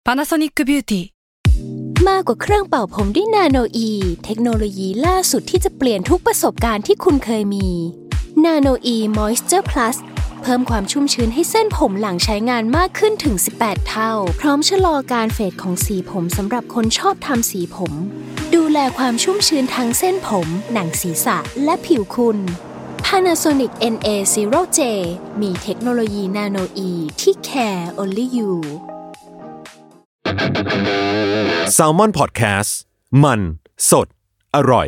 Panasonic Beauty มากกว่าเครื่องเป่าผมด้วยนาโนอีเทคโนโลยีล่าสุดที่จะเปลี่ยนทุกประสบการณ์ที่คุณเคยมีนาโนอีมอยส์เจอร์พลัสเพิ่มความชุ่มชื้นให้เส้นผมหลังใช้งานมากขึ้นถึง18เท่าพร้อมชะลอการเฟดของสีผมสำหรับคนชอบทำสีผมดูแลความชุ่มชื้นทั้งเส้นผมหนังศีรษะและผิวคุณ Panasonic NA0J มีเทคโนโลยีนาโนอีที่ care only you Salmon Podcast มันสดอร่อย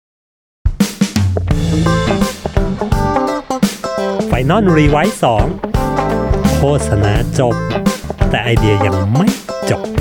ไฟนอลรีไวซ์2โฆษณาจบแต่ไอเดียยังไม่จบ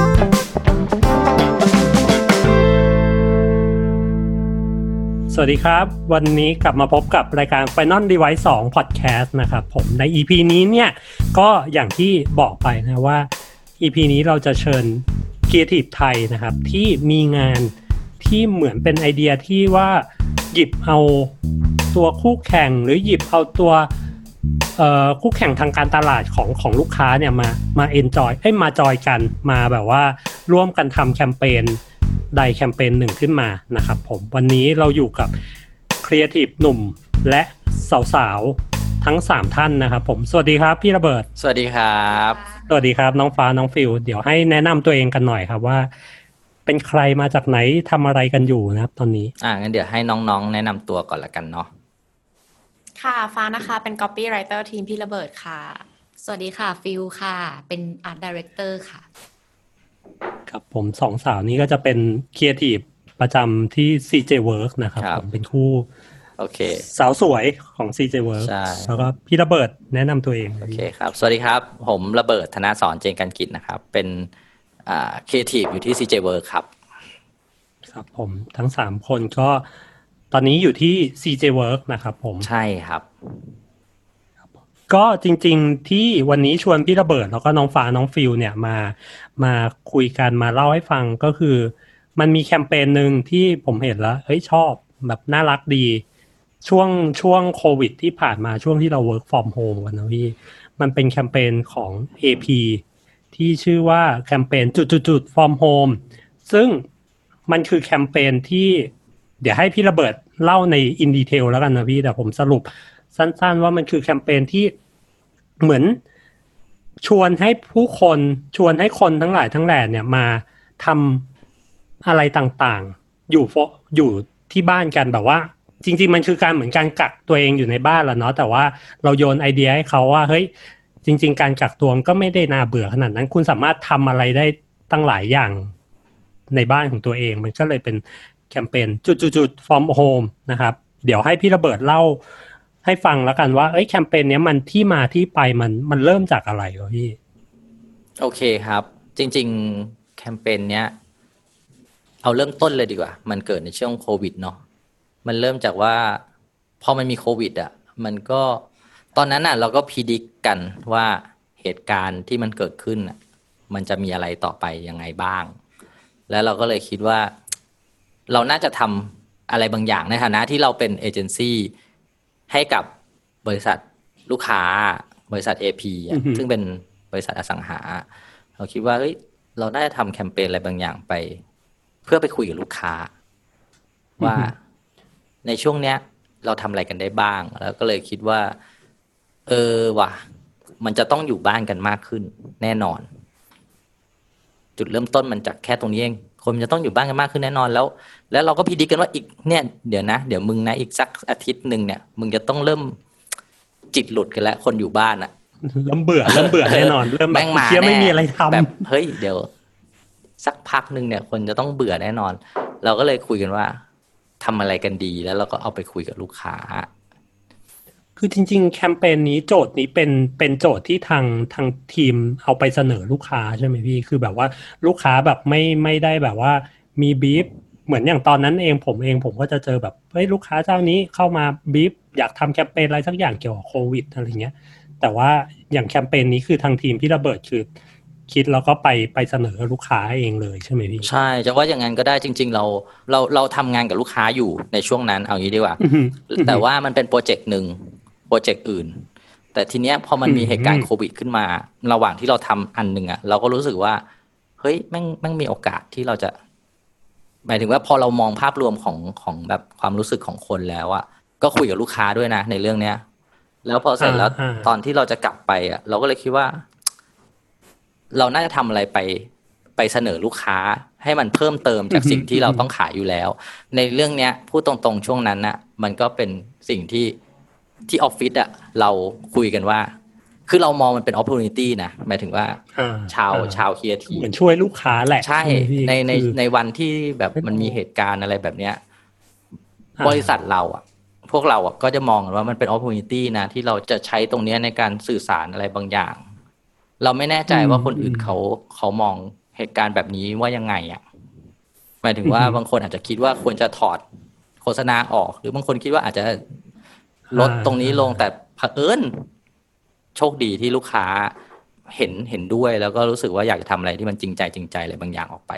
สวัสดีครับวันนี้กลับมาพบกับรายการ Final Device 2 Podcast นะครับผมใน EP นี้เนี่ยก็อย่างที่บอกไปนะว่า EP นี้เราจะเชิญครีเอทีฟไทยนะครับที่มีงานที่เหมือนเป็นไอเดียที่ว่าหยิบเอาตัวคู่แข่งหรือหยิบเอาตัวคู่แข่งทางการตลาดของลูกค้าเนี่ยมาเอนจอยมาจอยกันมาแบบว่าร่วมกันทำแคมเปญใดแคมเปญหนึ่งขึ้นมานะครับผมวันนี้เราอยู่กับครีเอทีฟหนุ่มและสาวๆทั้ง3ท่านนะครับผมสวัสดีครับพี่ระเบิดสวัสดีครับสวัสดีครับน้องฟ้าน้องฟิลเดี๋ยวให้แนะนำตัวเองกันหน่อยครับว่าเป็นใครมาจากไหนทำอะไรกันอยู่นะครับตอนนี้งั้นเดี๋ยวให้น้องๆแนะนำตัวก่อนละกันเนาะค่ะฟ้านะคะเป็น Copywriter ทีมพี่ระเบิดค่ะสวัสดีค่ะฟิลค่ะเป็น Art Director ค่ะครับผม2สาวนี้ก็จะเป็นครีเอทีฟประจำที่ CJ Work นะครับผมเป็นคู่โอเคสาวสวยของ CJ Work แล้วก็พี่ระเบิดแนะนำตัวเองโอเคครับสวัสดีครับผมระเบิดธนสรเจนกันกิจนะครับเป็นครีเอทีฟอยู่ที่ CJ Work ครับครับผมทั้ง3คนก็ตอนนี้อยู่ที่ CJ Work นะครับผมใช่ครับก็จริงๆที่วันนี้ชวนพี่ระเบิดแล้วก็น้องฟ้าน้องฟิลเนี่ยมาคุยกันมาเล่าให้ฟังก็คือมันมีแคมเปญนึงที่ผมเห็นแล้วเฮ้ยชอบแบบน่ารักดีช่วงโควิดที่ผ่านมาช่วงที่เรา work from home กันนะพี่มันเป็นแคมเปญของ AP ที่ชื่อว่าแคมเปญจุดๆ from home ซึ่งมันคือแคมเปญที่เดี๋ยวให้พี่ระเบิดเล่าใน in detail แล้วกันนะพี่แต่ผมสรุปสั้นๆว่ามันคือแคมเปญที่เหมือนชวนให้คนทั้งหลายทั้งแหล่เนี่ยมาทำอะไรต่างๆอยู่ที่บ้านกันแบบว่าจริงๆมันคือการเหมือนการกักตัวเองอยู่ในบ้านแหละเนาะแต่ว่าเราโยนไอเดียให้เขาว่าเฮ้ยจริงๆการกักตัวก็ไม่ได้น่าเบื่อขนาดนั้นคุณสามารถทำอะไรได้ตั้งหลายอย่างในบ้านของตัวเองมันก็เลยเป็นแคมเปญจุดๆ from home นะครับเดี๋ยวให้พี่ระเบิดเล่าให้ฟังแล้วกันว่าแคมเปญนี้มันที่มาที่ไปมันเริ่มจากอะไรวะพี่โอเคครับจริงๆแคมเปญเนี้ยเอาเริ่มต้นเลยดีกว่ามันเกิดในช่วงโควิดเนาะมันเริ่มจากว่าพอมันมีโควิดมันก็ตอนนั้นเราก็พิจิตรกันว่าเหตุการณ์ที่มันเกิดขึ้นมันจะมีอะไรต่อไปยังไงบ้างแล้วเราก็เลยคิดว่าเราน่าจะทำอะไรบางอย่างในฐานะที่เราเป็นเอเจนซี่ให้กับบริษัทลูกค้าบริษัท AP ซึ่งเป็นบริษัทอสังหาเราคิดว่าเราน่าจะทำแคมเปญอะไรบางอย่างไปเพื่อไปคุยกับลูกค้าว่าในช่วงเนี้ยเราทำอะไรกันได้บ้างแล้วก็เลยคิดว่าว่ะมันจะต้องอยู่บ้านกันมากขึ้นแน่นอนจุดเริ่มต้นมันจากแค่ตรงนี้เองคนจะต้องอยู่บ้านกันมากขึ้นแน่นอนแล้วเราก็พิจิตรกันว่าอีกเนี่ยเดี๋ยวมึงนะอีกสักอาทิตย์นึงเนี่ยมึงจะต้องเริ่มจิตหลุดกันแล้วคนอยู่บ้านเริ่มเบื่อแน่นอนเริ่มแบบเชี่ยไม่มีอะไรทำแบบเฮ้ยเดี๋ยวสักพักนึงเนี่ยคนจะต้องเบื่อแน่นอนเราก็เลยคุยกันว่าทำอะไรกันดีแล้วเราก็เอาไปคุยกับลูกค้าคือจริงๆแคมเปญนี้โจทย์นี้เป็นโจทย์ที่ทางทีมเอาไปเสนอลูกค้าใช่ไหมพี่คือแบบว่าลูกค้าแบบไม่ได้แบบว่ามีบีฟเหมือนอย่างตอนนั้นผมก็จะเจอแบบเฮ้ยลูกค้าเจ้านี้เข้ามาบีฟอยากทำแคมเปญอะไรสักอย่างเกี่ยวกับโควิดอะไรเงี้ยแต่ว่าอย่างแคมเปญนี้คือทางทีมพี่ระเบิดคือคิดแล้วก็ไปเสนอลูกค้าเองเลยใช่ไหมพี่ใช่จะว่าอย่างนั้นก็ได้จริงๆเราทำงานกับลูกค้าอยู่ในช่วงนั้นเอางี้ดีกว่าแต่ว่ามันเป็นโปรเจกต์นึงโปรเจกต์อื่นแต่ทีเนี้ยพอมันมีเหตุการณ์โควิดขึ้นมาระหว่างที่เราทำอันนึงเราก็รู้สึกว่าเฮ้ยแม่งมีโอกาสที่เราจะหมายถึงว่าพอเรามองภาพรวมของแบบความรู้สึกของคนแล้วอะก็คุยกับลูกค้าด้วยนะในเรื่องเนี้ยแล้วพอเสร็จแล้วตอนที่เราจะกลับไปอะเราก็เลยคิดว่าเราน่าจะทำอะไรไปเสนอลูกค้าให้มันเพิ่มเติมจากสิ่งที่เราต้องขายอยู่แล้วในเรื่องเนี้ยพูดตรงๆช่วงนั้นน่ะมันก็เป็นสิ่งที่ออฟฟิศอะเราคุยกันว่าคือเรามองมันเป็น opportunity นะหมายถึงว่าชาวครีเอทีฟเหมือนช่วยลูกค้าแหละใช่ในวันที่แบบมันมีเหตุการณ์อะไรแบบเนี้ยบริษัทเราอ่ะพวกเราอ่ะก็จะมองกันว่ามันเป็น opportunity นะที่เราจะใช้ตรงนี้ในการสื่อสารอะไรบางอย่างเราไม่แน่ใจว่าคนอื่นเขามองเหตุการณ์แบบนี้ว่ายังไงอ่ะหมายถึงว่าบางคนอาจจะคิดว่าควรจะถอดโฆษณาออกหรือบางคนคิดว่าอาจจะลดตรงนี้ลงแต่เผอิญโชคดีที่ลูกค้าเห็นด้วยแล้วก็รู้สึกว่าอยากจะทำอะไรที่มันจริงใจอะไรบางอย่างออกไป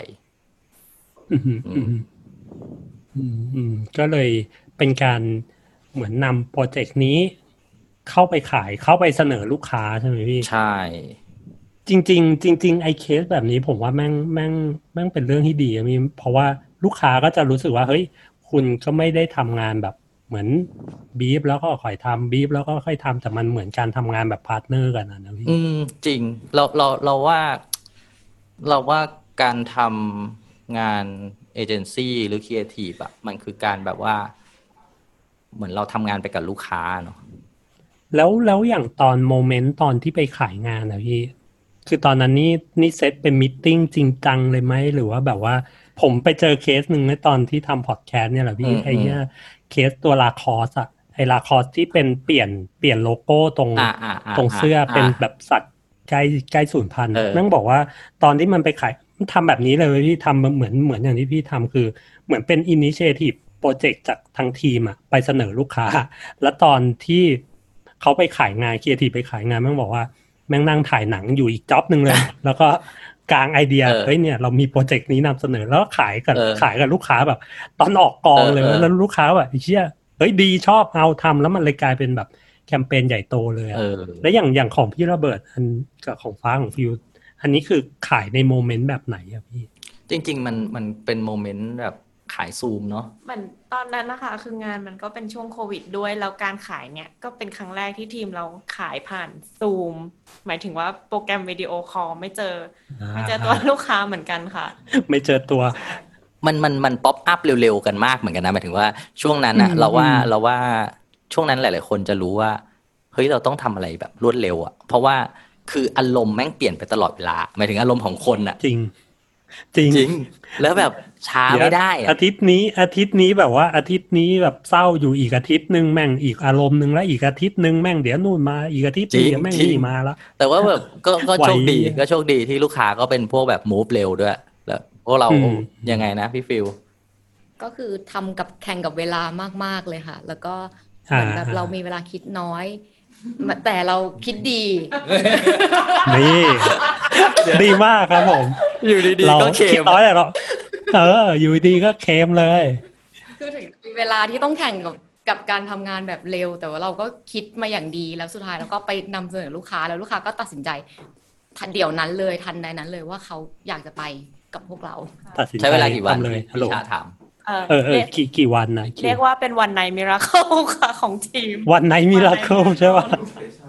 ก็เลยเป็นการเหมือนนำโปรเจกต์นี้เข้าไปขายเข้าไปเสนอลูกค้าใช่ไหมพี่ใช่จริงไอ้เคสแบบนี้ผมว่าแม่งเป็นเรื่องที่ดีมีเพราะว่าลูกค้าก็จะรู้สึกว่าเฮ้ยคุณก็ไม่ได้ทำงานแบบเหมือนบีฟแล้วก็ค่อยทำบีฟแล้วก็ค่อยทำแต่มันเหมือนการทำงานแบบพาร์ทเนอร์กันนะพี่จริงเราว่าการทำงานเอเจนซี่หรือครีเอทีฟอ่ะมันคือการแบบว่าเหมือนเราทำงานไปกับลูกค้าเนาะแล้วอย่างตอนโมเมนต์ตอนที่ไปขายงานนะพี่คือตอนนั้นนี่เซตเป็นมีตติ้งจริงจังเลยไหมหรือว่าแบบว่าผมไปเจอเคสหนึ่งในตอนที่ทำพอดแคสต์เนี่ยแหละพี่ไอ้เนี่ยเคสตัวลาคอสอะไอ้ลาคอสที่เป็นเปลี่ยนโลโก้ตรงเสื้อเป็นแบบสัตว์ใกล้สูญพันธุ์นั่งบอกว่าตอนที่มันไปขายทำแบบนี้เลยพี่ทำเหมือนอย่างที่พี่ทำคือเหมือนเป็นอินิชิเอทีฟโปรเจกต์จากทางทีมอะไปเสนอลูกค้าแล้วตอนที่เขาไปขายงานครีเอทีฟไปขายงานแม่งบอกว่าแม่งนั่งถ่ายหนังอยู่อีกจ็อบนึงเลย แล้วก็กลางไอเดียเฮ้ยเนี่ยเรามีโปรเจกต์นี้นำเสนอแล้วขายกับลูกค้าแบบตอนออกกองเลยแล้วลูกค้าแบบเชี่ยเฮ้ยดีชอบเอาทำแล้วมันเลยกลายเป็นแบบแคมเปญใหญ่โตเลยแล้วอย่างของพี่ระเบิดอันกับของฟ้าของฟิวอันนี้คือขายในโมเมนต์แบบไหนอะพี่จริงๆมันเป็นโมเมนต์แบบขายซูมเนาะเหมือนตอนนั้นนะคะคืองานมันก็เป็นช่วงโควิดด้วยแล้วการขายเนี่ยก็เป็นครั้งแรกที่ทีมเราขายผ่านซูมหมายถึงว่าโปรแกรมวิดีโอคอลไม่เจอตัวลูกค้าเหมือนกันค่ะไม่เจอตัวมันป๊อปอัพเร็วๆกันมากเหมือนกันนะหมายถึงว่าช่วงนั้นอะเราว่าช่วงนั้นหลายๆคนจะรู้ว่าเฮ้ยเราต้องทำอะไรแบบรวดเร็วอะเพราะว่าคืออารมณ์แม่งเปลี่ยนไปตลอดเวลาหมายถึงอารมณ์ของคนอะจริงแล้วแบบช้าไม่ได้อาทิตย์นี้แบบว่าอาทิตย์นี้แบบเศร้าอยู่อีกอาทิตย์นึงแม่งอีกอารมณ์นึงแล้วอีกอาทิตย์นึงแม่งเดี๋ยวนู่นมาอีกอาทิตย์นึงแม่งนี่มาแล้วแต่ว่าแบบก็โชคดีที่ลูกค้าก็เป็นพวกแบบมูฟเร็วด้วยแล้วพวกเรายังไงนะพี่ฟิลก็คือทำกับแข่งกับเวลามากๆเลยค่ะแล้วก็เหมือนแบบเรามีเวลาคิดน้อยแต่เราคิดดีนี่ดีมากครับผมอยู่ดีๆก็เคมน้อยแต่เราอยู่ดีก็เคมเลยคือถึงเวลาที่ต้องแข่งกับการทำงานแบบเร็วแต่ว่าเราก็คิดมาอย่างดีแล้วสุดท้ายเราก็ไปนำเสนอลูกค้าแล้วลูกค้าก็ตัดสินใจทันเดียวนั้นเลยทันใดนั้นเลยว่าเขาอยากจะไปกับพวกเราใช้เวลากี่วันเลยพี่ชาถามกี่วันนะเรียกว่าเป็นวันไนท์มิราเคิลค่ะของทีมวันไนท์มิราเคิลใช่ป่ะ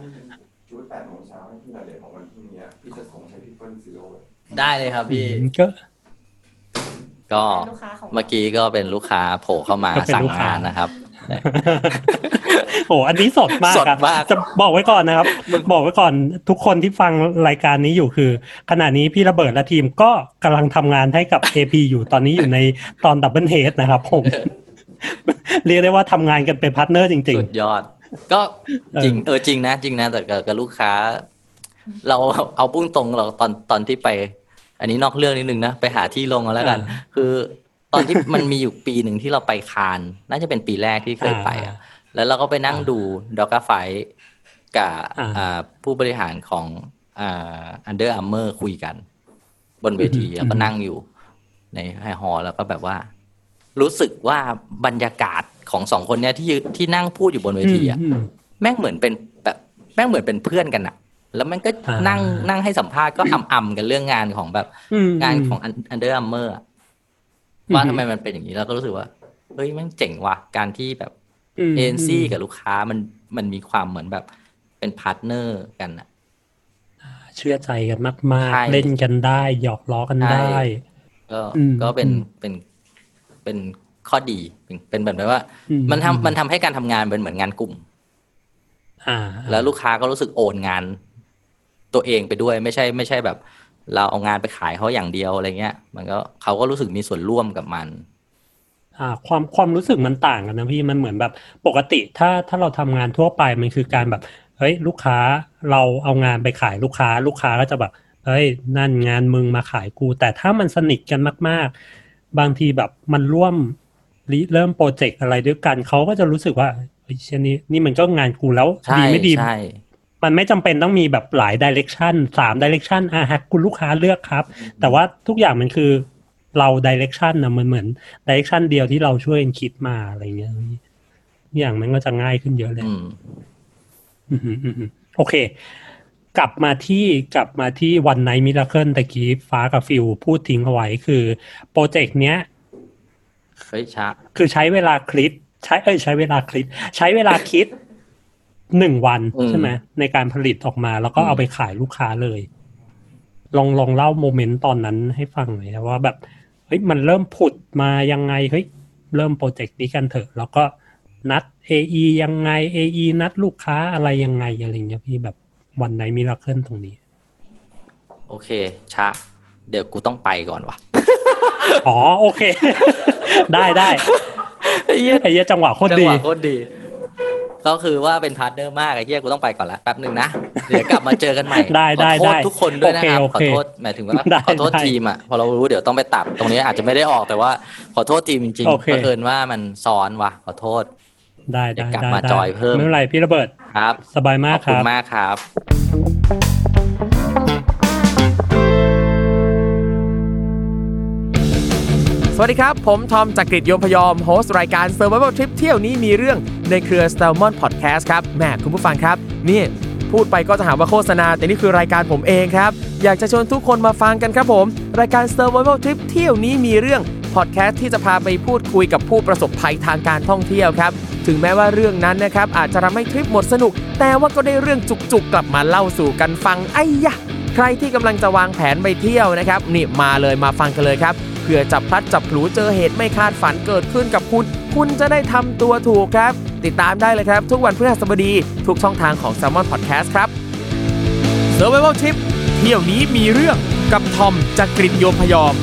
ได้เลยครับพี่ก็เมื่อกี้ก็เป็นลูกค้าโผล่เข้ามาสั่งงานนะครับโอ้อันนี้สดมากครับจะบอกไว้ก่อนนะครับบอกไว้ก่อนทุกคนที่ฟังรายการนี้อยู่คือขณะนี้พี่ระเบิดและทีมก็กำลังทำงานให้กับ AP อยู่ตอนนี้อยู่ในตอนดับเบิลเฮดนะครับผมเรียกได้ว่าทำงานกันเป็นพาร์ทเนอร์จริงๆสุดยอดก็จริงจริงนะแต่กับลูกค้าเราเอาปุ้งตรงเราตอนที่ไปอันนี้นอกเรื่องนิดนึงนะไปหาที่ลงเอาแล้วกันคือตอนที่มันมีอยู่ปีหนึ่งที่เราไปคานน่าจะเป็นปีแรกที่เคยไปแล้วเราก็ไปนั่งดูด็อกเกอร์ไฟกับผู้บริหารของUnder Armour คุยกันบนเวทีแล้วก็นั่งอยู่ในไฮฮอลล์แล้วก็แบบว่ารู้สึกว่าบรรยากาศของสองคนเนี้ยที่นั่งพูดอยู่บนเวทีอ่ะแม่งเหมือนเป็นแบบแม่งเหมือนเป็นเพื่อนกันอ่ะแล้วมันก็นั่งให้สัมภาษณ์ก็อ่ำกันเรื่องงานของแบบงานของ Under Armour ว่าทำไมมันเป็นอย่างนี้แล้วก็รู้สึกว่าเฮ้ยมันเจ๋งว่ะการที่แบบเอเจนซี่กับลูกค้ามันมีความเหมือนแบบเป็นพาร์ทเนอร์กันอะเชื่อใจกันมากๆเล่นกันได้หยอกล้อกันได้ก็เป็นข้อดีเป็นแบบว่ามันทำให้การทำงานเป็นเหมือนงานกลุ่มแล้วลูกค้าก็รู้สึกโอนงานตัวเองไปด้วยไม่ใช่แบบเราเอางานไปขายเขาอย่างเดียวอะไรเงี้ยมันก็เขาก็รู้สึกมีส่วนร่วมกับมันความรู้สึกมันต่างกันนะพี่มันเหมือนแบบปกติถ้าเราทำงานทั่วไปมันคือการแบบเฮ้ยลูกค้าเราเอางานไปขายลูกค้าก็จะแบบเฮ้ยนั่นงานมึงมาขายกูแต่ถ้ามันสนิทกันมากๆบางทีแบบมันร่วมเริ่มโปรเจกต์อะไรด้วยกันเขาก็จะรู้สึกว่าเฮ้ยเช่นนี่มันก็งานกูแล้วดีไม่ดีมันไม่จำเป็นต้องมีแบบหลายไดเรกชัน3ไดเรกชันฮะคุณลูกค้าเลือกครับแต่ว่าทุกอย่างมันคือเราไดเรกชันนะมันเหมือนไดเรกชันเดียวที่เราช่วยกันคิดมาอะไรเงี้ยอย่างมันก็จะง่ายขึ้นเยอะเลยโอเคกลับมาที่วันไนท์มิราเคิลตะกี้ฟ้ากับฟิวพูดทิ้งเอาไว้คือโปรเจกต์เนี้ยคือใช้เวลาคิด1 วันใช่ไหมในการผลิตออกมาแล้วก็เอาไปขายลูกค้าเลยลองเล่าโมเมนต์ตอนนั้นให้ฟังหน่อยนะว่าแบบเฮ้ยมันเริ่มผุดมายังไงเฮ้ยเริ่มโปรเจกต์นี้กันเถอะแล้วก็นัด AE ยังไง AE นัดลูกค้าอะไรยังไงอะไรเงี้ยพี่แบบวันไหนมิราเคิลตรงนี้โอเคเดี๋ยวกูต้องไปก่อนว่ะอ๋อโอเคได้ไอ้เหี้ยจังหวะโคตรดีก็คือว่าเป็นพาร์ทเนอร์มากไอ้เหี้ยกูต้องไปก่อนละแป๊บนึงนะเดี๋ยวกลับมาเจอกันใหม่ขอโทษทุกคนด้วยนะครับขอโทษหมายถึงว่าขอโทษทีมอ่ะพอเรารู้เดี๋ยวต้องไปตัดตรงนี้อาจจะไม่ได้ออกแต่ว่าขอโทษทีมจริงๆเผอิญว่ามันซ้อนว่ะขอโทษได้กลับมาจอยเพิ่มไม่เป็นไรพี่ระเบิดครับสบายมากครับขอบคุณมากครับสวัสดีครับผมทอมจักริดโยมพยอมโฮสต์รายการ Survival Trip เที่ยวนี้มีเรื่องในเครือ Salmon Podcast ครับแม่คุณผู้ฟังครับนี่พูดไปก็จะหาว่าโฆษณาแต่นี่คือรายการผมเองครับอยากจะชวนทุกคนมาฟังกันครับผมรายการ Survival Trip เที่ยวนี้มีเรื่องพอดแคสต์ที่จะพาไปพูดคุยกับผู้ประสบภัยทางการท่องเที่ยวครับถึงแม้ว่าเรื่องนั้นนะครับอาจจะทำให้ทริปหมดสนุกแต่ว่าก็ได้เรื่องจุกๆกลับมาเล่าสู่กันฟังไอ้ยะใครที่กำลังจะวางแผนไปเที่ยวนะครับนี่มาเลยมาฟังกันเลยครับเพื่อจับพลัดจับผลูเจอเหตุไม่คาดฝันเกิดขึ้นกับคุณจะได้ทำตัวถูกครับติดตามได้เลยครับทุกวันพฤหัสบดีทุกช่องทางของ Salmon Podcast ครับ Survival Trip เที่ยวนี้มีเรื่องกับทอมจักริดโยมพยอม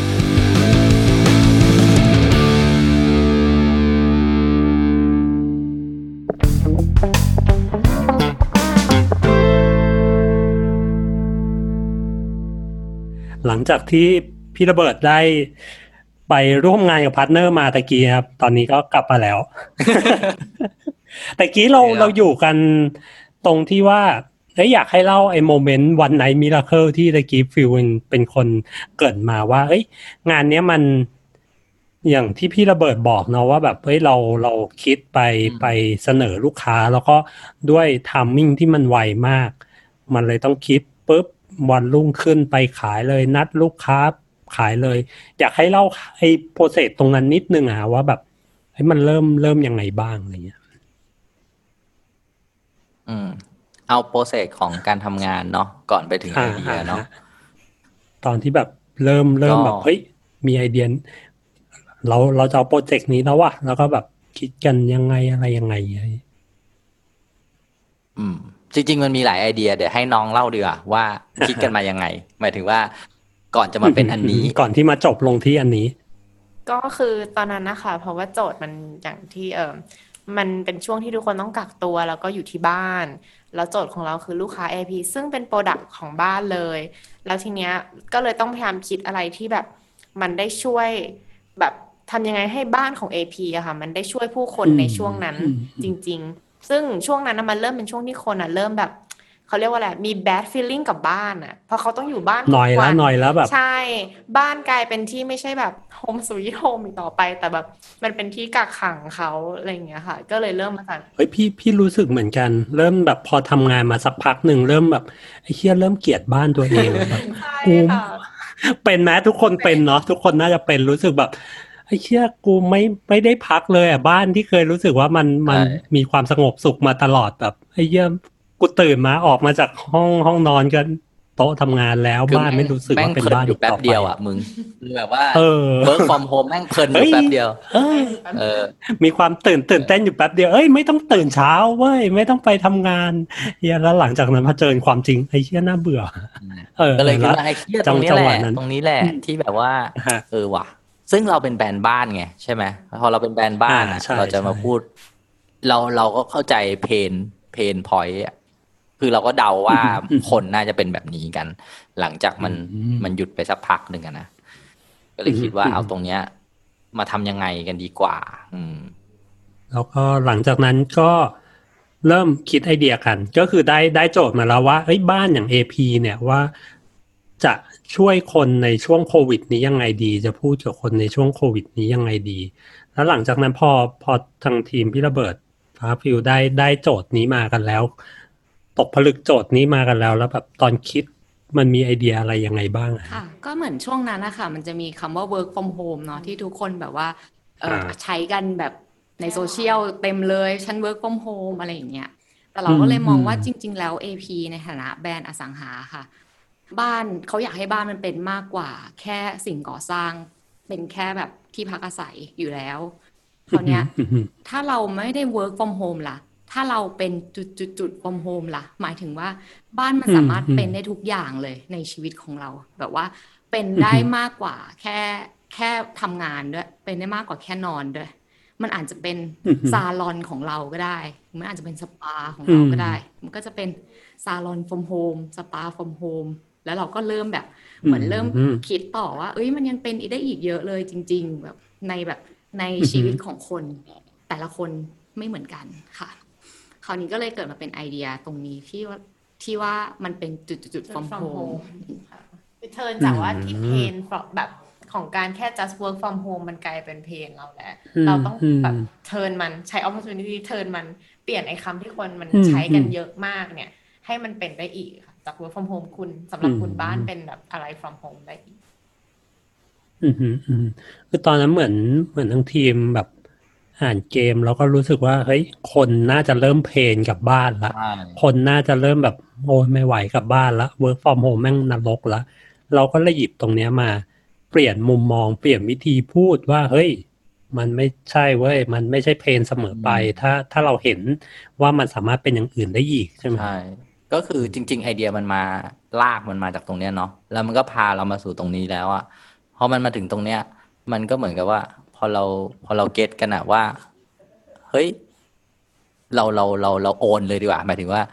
หลังจากที่พี่ระเบิดได้ไปร่วมงานกับพาร์ทเนอร์มาตะกี้ครับตอนนี้ก็กลับมาแล้ว ตะกี้เราอยู่กันตรงที่ว่าอยากให้เล่าไอ้โมเมนต์วันไนท์มิราเคิลที่ตะกี้ฟิลเป็นคนเกริ่นมาว่าเฮ้ยงานเนี้ยมันอย่างที่พี่ระเบิดบอกเนาะว่าแบบเฮ้ยเราคิดไปเสนอลูกค้าแล้วก็ด้วยไทมิ่งที่มันไวมากมันเลยต้องคิดปุ๊บวันรุ่งขึ้นไปขายเลยนัดลูกค้าขายเลยอยากให้เล่าไอ้โปรเซสตรงนั้นนิดนึงว่าแบบให้มันเริ่มยังไงบ้างอะไรเงี้ยเอาโปรเซสของการทำงานเนาะก่อนไปถึงไอเดียเนาะตอนที่แบบเริ่มแบบเฮ้ยมีไอเดียเราจะเอาโปรเจกต์นี้แล้ววะแล้วก็แบบคิดกันยังไงอะไรยังไงจริงๆมันมีหลายไอเดียเดี๋ยวให้น้องเล่าดีกว่าว่าคิดกันมายังไงหมายถึงว่าก่อนจะมาเป็นอันนี้ก่อนที่มาจบลงที่อันนี้ก็คือตอนนั้นนะคะเพราะว่าโจทย์มันอย่างที่มันเป็นช่วงที่ทุกคนต้องกักตัวแล้วก็อยู่ที่บ้านแล้วโจทย์ของเราคือลูกค้า AP ซึ่งเป็นโปรดักต์ของบ้านเลยแล้วทีเนี้ยก็เลยต้องพยายามคิดอะไรที่แบบมันได้ช่วยแบบทำยังไงให้บ้านของ AP อะค่ะมันได้ช่วยผู้คนในช่วงนั้นจริงๆซึ่งช่วงนั้นมันเริ่มเป็นช่วงที่คนเริ่มแบบเขาเรียกว่าอะไรมี bad feeling กับบ้านอ่ะเพราะเขาต้องอยู่บ้านหน่อยแล้วแบบใช่บ้านกลายเป็นที่ไม่ใช่แบบ home sweet home อีกต่อไปแต่แบบมันเป็นที่กักขังเขาอะไรอย่างเงี้ยค่ะก็เลยเริ่มมาจากเฮ้ยพี่รู้สึกเหมือนกันเริ่มแบบพอทำงานมาสักพักหนึ่งเริ่มแบบไอ้เหี้ยเริ่มเกลียดบ้านตัวเองแบบกูเป็นไหมทุกคนเป็นเนาะทุกคนน่าจะเป็นรู้สึกแบบไอ้เหี้ยกูไม่ได้พักเลยอ่ะบ้านที่เคยรู้สึกว่ามันมีความสงบสุขมาตลอดแบบไอ้เหี้ยกูตื่นมาออกมาจากห้องนอนกันโต๊ะทำงานแล้วบ้านไม่รู้สึกว่าเป็นบ้านอยู่แป๊บเดียวอ่ะมึงแบบว่าwork from home แม่งเพลินอยู่แป๊บเดียวมีความตื่นเต้นอยู่แป๊บเดียวไม่ต้องตื่นเช้าเว้ยไม่ต้องไปทำงานเฮียแล้วหลังจากนั้นพอเจอความจริงไอ้เหี้ยน่าเบื่อก็เลยคิดว่าไอ้เหี้ยตรงนี้แหละที่แบบว่าว่ะซึ่งเราเป็นแบรนด์บ้านไงใช่ไหมพอเราเป็นแบรนด์บ้านเราจะมาพูดเราก็เข้าใจเพนพอยต์คือเราก็เดาว่าคนน่าจะเป็นแบบนี้กัน หลังจากมันหยุดไปสักพักหนึ่งนะก็เลยคิดว่าเอาตรงเนี้ยมาทำยังไงกันดีกว่าแล้วก็หลังจากนั้นก็เริ่มคิดไอเดียกันก็คือได้โจทย์มาแล้วว่าบ้านอย่าง AP เนี่ยว่าจะช่วยคนในช่วงโควิดนี้ยังไงดีจะพูดกับคนในช่วงโควิดนี้ยังไงดีแล้วหลังจากนั้นพอทางทีมพี่ระเบิดฟ้าฟิวได้โจทย์นี้มากันแล้วตกผลึกโจทย์นี้มากันแล้วแบบตอนคิดมันมีไอเดียอะไรยังไงบ้างค่ะก็เหมือนช่วงนั้นนะคะมันจะมีคำว่า work from home เนาะที่ทุกคนแบบว่าใช้กันแบบในโซเชียลเต็มเลยฉัน work from home อะไรอย่างเงี้ยแต่เราก็เลยมองว่าจริงๆแล้ว AP ในฐานะแบรนด์อสังหาค่ะบ้านเขาอยากให้บ้านมันเป็นมากกว่าแค่สิ่งก่อสร้างเป็นแค่แบบที่พักอาศัยอยู่แล้วคราวเนี้ยถ้าเราไม่ได้ work from home ล่ะถ้าเราเป็นจุด from home ล่ะหมายถึงว่าบ้านมันสามารถเป็นได้ทุกอย่างเลยในชีวิตของเราแบบว่าเป็นได้มากกว่าแค่ทำงานด้วยเป็นได้มากกว่าแค่นอนด้วยมันอาจจะเป็นซาลอนของเราก็ได้มันอาจจะเป็นสปาของเราก็ได้มันก็จะเป็นซาลอน from home สปา from home แล้วเราก็เริ่มแบบเหมือนเริ่มคิดต่อว่ามันยังเป็นได้อีกเยอะเลยจริงๆแบบในชีวิตของคนแต่ละคนไม่เหมือนกันค่ะคราวนี้ก็เลยเกิดมาเป็นไอเดียตรงนี้ที่ว่ามันเป็นจุด from home เทิร์นจากว่าที่เพนแบบของการแค่ just work from home มันกลายเป็นเพนเราแล้วเราต้องแบบเทิร์นมันใช้ opportunity เทิร์นมันเปลี่ยนไอ้คำที่คนมันใช้กันเยอะมากเนี่ยให้มันเป็นได้อีกค่ะจาก work from home คุณสำหรับคุณบ้านเป็นแบบอะไร from home ได้อีกคือตอนนั้นเหมือนทั้งทีมแบบอ่านเกมแล้วก็รู้สึกว่าเฮ้ยคนน่าจะเริ่มเพลนกับบ้านละคนน่าจะเริ่มแบบโอ้ยไม่ไหวกับบ้านละ work from home แม่งนรกละเราก็เลยหยิบตรงเนี้ยมาเปลี่ยนมุมมองเปลี่ยนวิธีพูดว่าเฮ้ยมันไม่ใช่เว้ยมันไม่ใช่เพลนเสมอไปถ้าเราเห็นว่ามันสามารถเป็นอย่างอื่นได้อีกใช่ไหมใช่ก็คือจริงๆไอเดียมันลากมันมาจากตรงเนี้ยเนาะแล้วมันก็พาเรามาสู่ตรงนี้แล้วอะพอมันมาถึงตรงเนี้ยมันก็เหมือนกับว่าพอเราเก็ตกันอะว่าเฮ้ยเราโอนเลยดีกว่าหมายถึงว่า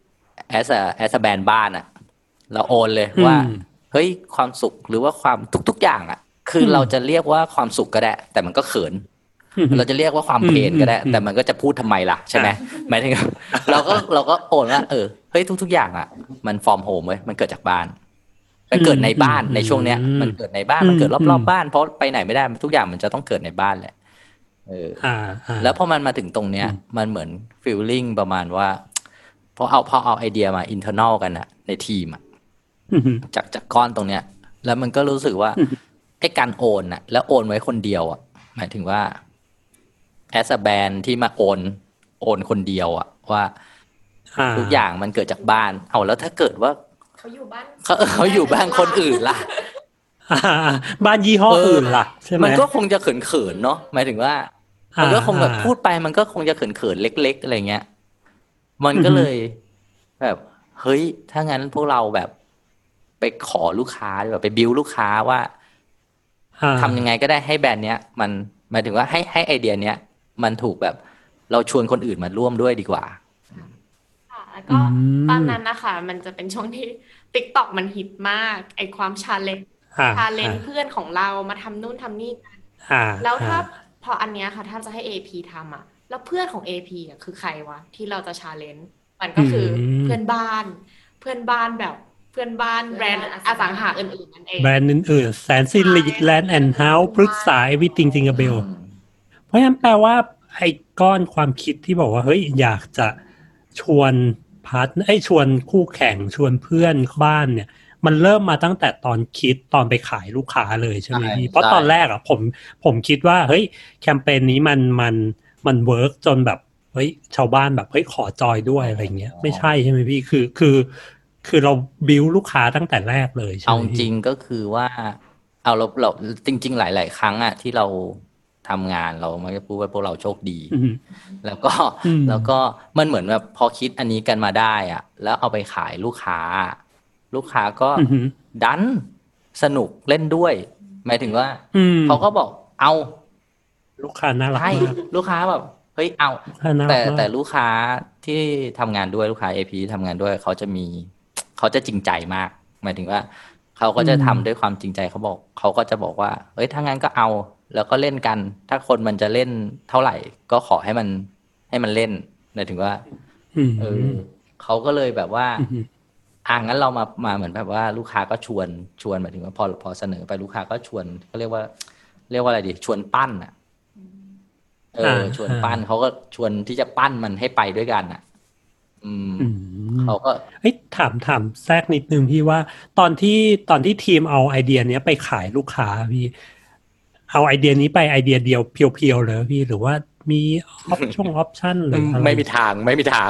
as a แบรนด์บ้านอะเราโอนเลยว่าเฮ้ยความสุขหรือว่าความทุกอย่างอะคือเราจะเรียกว่าความสุขก็ได้แต่มันก็เขินเราจะเรียกว่าความเพนก็ได้แต่มันก็จะพูดทำไมล่ะใช่ไหมหมายถึงเราก็โอนว่าเฮ้ยทุกอย่างอ่ะมันฟอร์มโฮมเว้ยมันเกิดจากบ้านมันเกิดในบ้านในช่วงเนี้ยมันเกิดในบ้านมันเกิดรอบๆบ้านเพราะไปไหนไม่ได้ทุกอย่างมันจะต้องเกิดในบ้านแหละแล้วพอมันมาถึงตรงเนี้ยมันเหมือนฟีลลิ่งประมาณว่าพอเอาไอเดียมาอินเทอร์นอลกันอ่ะในทีมอ่ะจากก้อนตรงเนี้ยแล้วมันก็รู้สึกว่าไอ้การโอนอ่ะแล้วโอนไว้คนเดียวอ่ะหมายถึงว่าas a band ที่มาโอนคนเดียวอะว่าทุกอย่างมันเกิดจากบ้านเอาแล้วถ้าเกิดว่าเขาอยู่บ้านคนอื่นล่ะบ้านยี่ห้ออื่นล่ะใช่ไหมมันก็คงจะเขินๆเนาะหมายถึงว่ามันก็คงแบบพูดไปมันก็คงจะเขินๆเล็กๆอะไรเงี้ยมันก็เลยแบบเฮ้ยถ้างั้นพวกเราแบบไปขอลูกค้าแบบไปบิวลูกค้าว่าทำยังไงก็ได้ให้แบรนด์เนี้ยมันหมายถึงว่าให้ไอเดียเนี้ยมันถูกแบบเราชวนคนอื่นมาร่วมด้วยดีกว่าแล้วก็ตอนนั้นนะคะมันจะเป็นช่วงที่ TikTok มันฮิตมากไอความชาเลนจ์เพื่อนของเรามาทำนู่นทำนี่กันแล้วถ้าพออันเนี้ยค่ะถ้าจะให้ AP ทำอ่ะแล้วเพื่อนของ AP อ่ะคือใครวะที่เราจะชาเลนจ์มันก็คือเพื่อนบ้านแบบเพื่อนบ้านแบรนด์อสังหาอื่นๆนั่นเองแบรนด์อื่นๆแสนสิริแลนด์แอนด์เฮาส์ปรึกษา everything จิงเบลเพราะฉะนั้นแปลว่าไอ้ก้อนความคิดที่บอกว่าเฮ้ยอยากจะชวนชวนคู่แข่งชวนเพื่อนบ้านเนี่ยมันเริ่มมาตั้งแต่ตอนคิดตอนไปขายลูกค้าเลยใช่ไหมพี่เพราะตอนแรกอ่ะผมคิดว่าเฮ้ยแคมเปญนี้มันเวิร์กจนแบบเฮ้ยชาวบ้านแบบเฮ้ยขอจอยด้วยอะไรเงี้ยไม่ใช่ใช่ไหมพี่คือเราบิวลูกค้าตั้งแต่แรกเลยใช่ไหมเอาจริงก็คือว่าเอาเราจริงๆหลายๆครั้งอ่ะที่เราทำงานเรามักจะพูดว่าพวกเราโชคดีแล้วก็มันเหมือนแบบพอคิดอันนี้กันมาได้อ่ะแล้วเอาไปขายลูกค้าก็ดันสนุกเล่นด้วยหมายถึงว่าเขาก็บอกเอาลูกค้าน่ารักมากลูกค้าแบบเฮ้ยเอาแต่ลูกค้าที่ทำงานด้วยลูกค้า AP ทำงานด้วยเขาจะจริงใจมากหมายถึงว่าเขาก็จะทำด้วยความจริงใจเขาก็จะบอกว่าเฮ้ยถ้างั้นก็เอาแล้วก็เล่นกันถ้าคนมันจะเล่นเท่าไหร่ก็ขอให้มันเล่นหมายถึงว่าเขาก็เลยแบบว่างั้นเรามาเหมือนแบบว่าลูกค้าก็ชวนหมายถึงว่าพอเสนอไปลูกค้าก็ชวนก็เรียกว่าอะไรดีชวนปั้นอ่ะชวนปั้นเขาก็ชวนที่จะปั้นมันให้ไปด้วยกันอ่ะเขาก็ถามแทรกนิดนึงพี่ว่าตอนที่ทีมเอาไอเดียนี้ไปขายลูกค้าพี่เอาไอเดียนี้ไปไอเดียเดียวเพียวๆเลยพี่หรือว่ามีออปชั่นหรืออะไรไม่มีทางมัน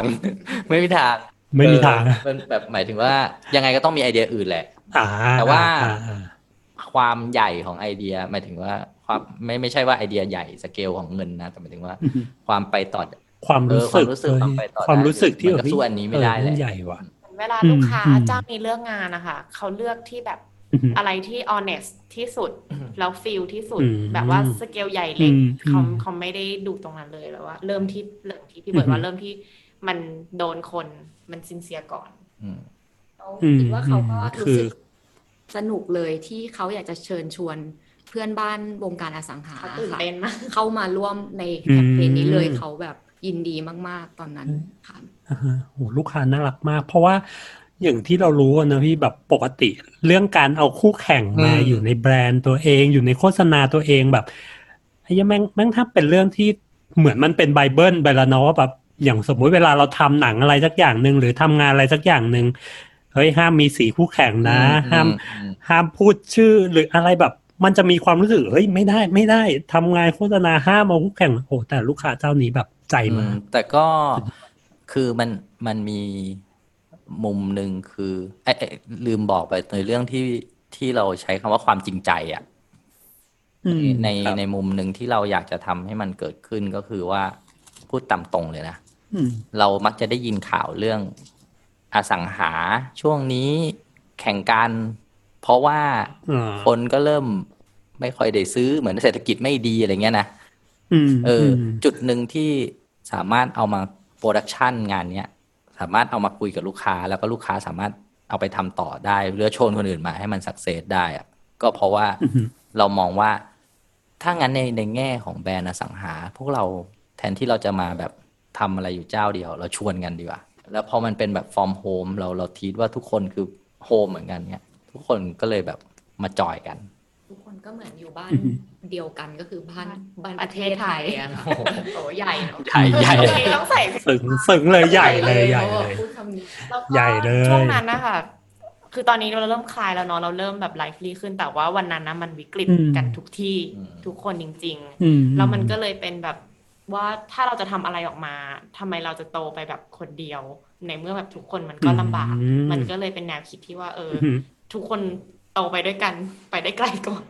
แบบหมายถึงว่ายังไงก็ต้องมีไอเดียอื่นแหละแต่ว่าความใหญ่ของไอเดียหมายถึงว่าความไม่ใช่ว่าไอเดียใหญ่สเกลของเงินนะแต่หมายถึงว่าความไปต่อความรู้สึกที่มันก็สู้อันนี้ไม่ได้แหละใหญ่ว่ะเวลาลูกค้าเจ้านี้เลือกงานนะคะเขาเลือกที่แบบอะไรที่ honest ที่สุดแล้ว feel ที่สุดแบบว่าสเกลใหญ่เล็กเขาไม่ได้ดูตรงนั้นเลยแล้วว่าเริ่มที่พี่เบิร์ดว่าเริ่มที่มันโดนคนมันซินเซียก่อนคิดว่าเขาก็รู้สึกสนุกเลยที่เขาอยากจะเชิญชวนเพื่อนบ้านวงการอสังหาตื่นเต้นมากเข้ามาร่วมในแคมเปญนี้เลยเขาแบบยินดีมากๆตอนนั้นค่ะโหลูกค้าน่ารักมากเพราะว่าอย่างที่เรารู้นะพี่แบบปกติเรื่องการเอาคู่แข่งมาอยู่ในแบรนด์ตัวเองอยู่ในโฆษณาตัวเองแบบไอ้แม่งถ้าเป็นเรื่องที่เหมือนมันเป็นไบเบิลไปแล้วเนาะว่าแบบอย่างสมมุติเวลาเราทำหนังอะไรสักอย่างนึงหรือทำงานอะไรสักอย่างนึงเฮ้ยห้ามมีสีคู่แข่งนะห้ามพูดชื่อหรืออะไรแบบมันจะมีความรู้สึกเฮ้ยไม่ได้ทำงานโฆษณาห้ามเอาคู่แข่งโอ้แต่ลูกค้าเจ้านี้แบบใจมากแต่ก็คือมันมีมุมหนึ่งคือลืมบอกไปในเรื่องที่เราใช้คำว่าความจริงใจอ่ะในมุมหนึ่งที่เราอยากจะทำให้มันเกิดขึ้นก็คือว่าพูดตามตรงเลยนะเรามักจะได้ยินข่าวเรื่องอสังหาช่วงนี้แข่งกันเพราะว่าคนก็เริ่มไม่ค่อยได้ซื้อเหมือนเศรษฐกิจไม่ดีอะไรเงี้ยนะจุดหนึ่งที่สามารถเอามาโปรดักชันงานเนี้ยสามารถเอามาคุยกับลูกค้าแล้วก็ลูกค้าสามารถเอาไปทำต่อได้หรือชวนคนอื่นมาให้มันสักเซสได้อะก็เพราะว่าเรามองว่าถ้างั้นในแง่ของแบรนด์อสังหาพวกเราแทนที่เราจะมาแบบทำอะไรอยู่เจ้าเดียวเราชวนกันดีกว่าแล้วพอมันเป็นแบบฟอร์มโฮมเราทีว่าทุกคนคือโฮมเหมือนกันเนี่ยทุกคนก็เลยแบบมาจอยกันทุกคนก็เหมือนอยู่บ้านเดียวกันก็คือบ้านประเทศไทยอะค่ะโอ้ใหญ่เนาะใหญ่ต้องใส่สึงเลยใหญ่เลยใหญ่เลยช่วงนั้นนะคะคือตอนนี้เราเริ่มคลายแล้วเนาะเราเริ่มแบบไลฟ์ลีขึ้นแต่ว่าวันนั้นนะมันวิกฤตกันทุกที่ทุกคนจริงๆแล้วมันก็เลยเป็นแบบว่าถ้าเราจะทำอะไรออกมาทำไมเราจะโตไปแบบคนเดียวในเมื่อแบบทุกคนมันก็ลำบากมันก็เลยเป็นแนวคิดที่ว่าทุกคนโตไปด้วยกันไปได้ไกลก่อน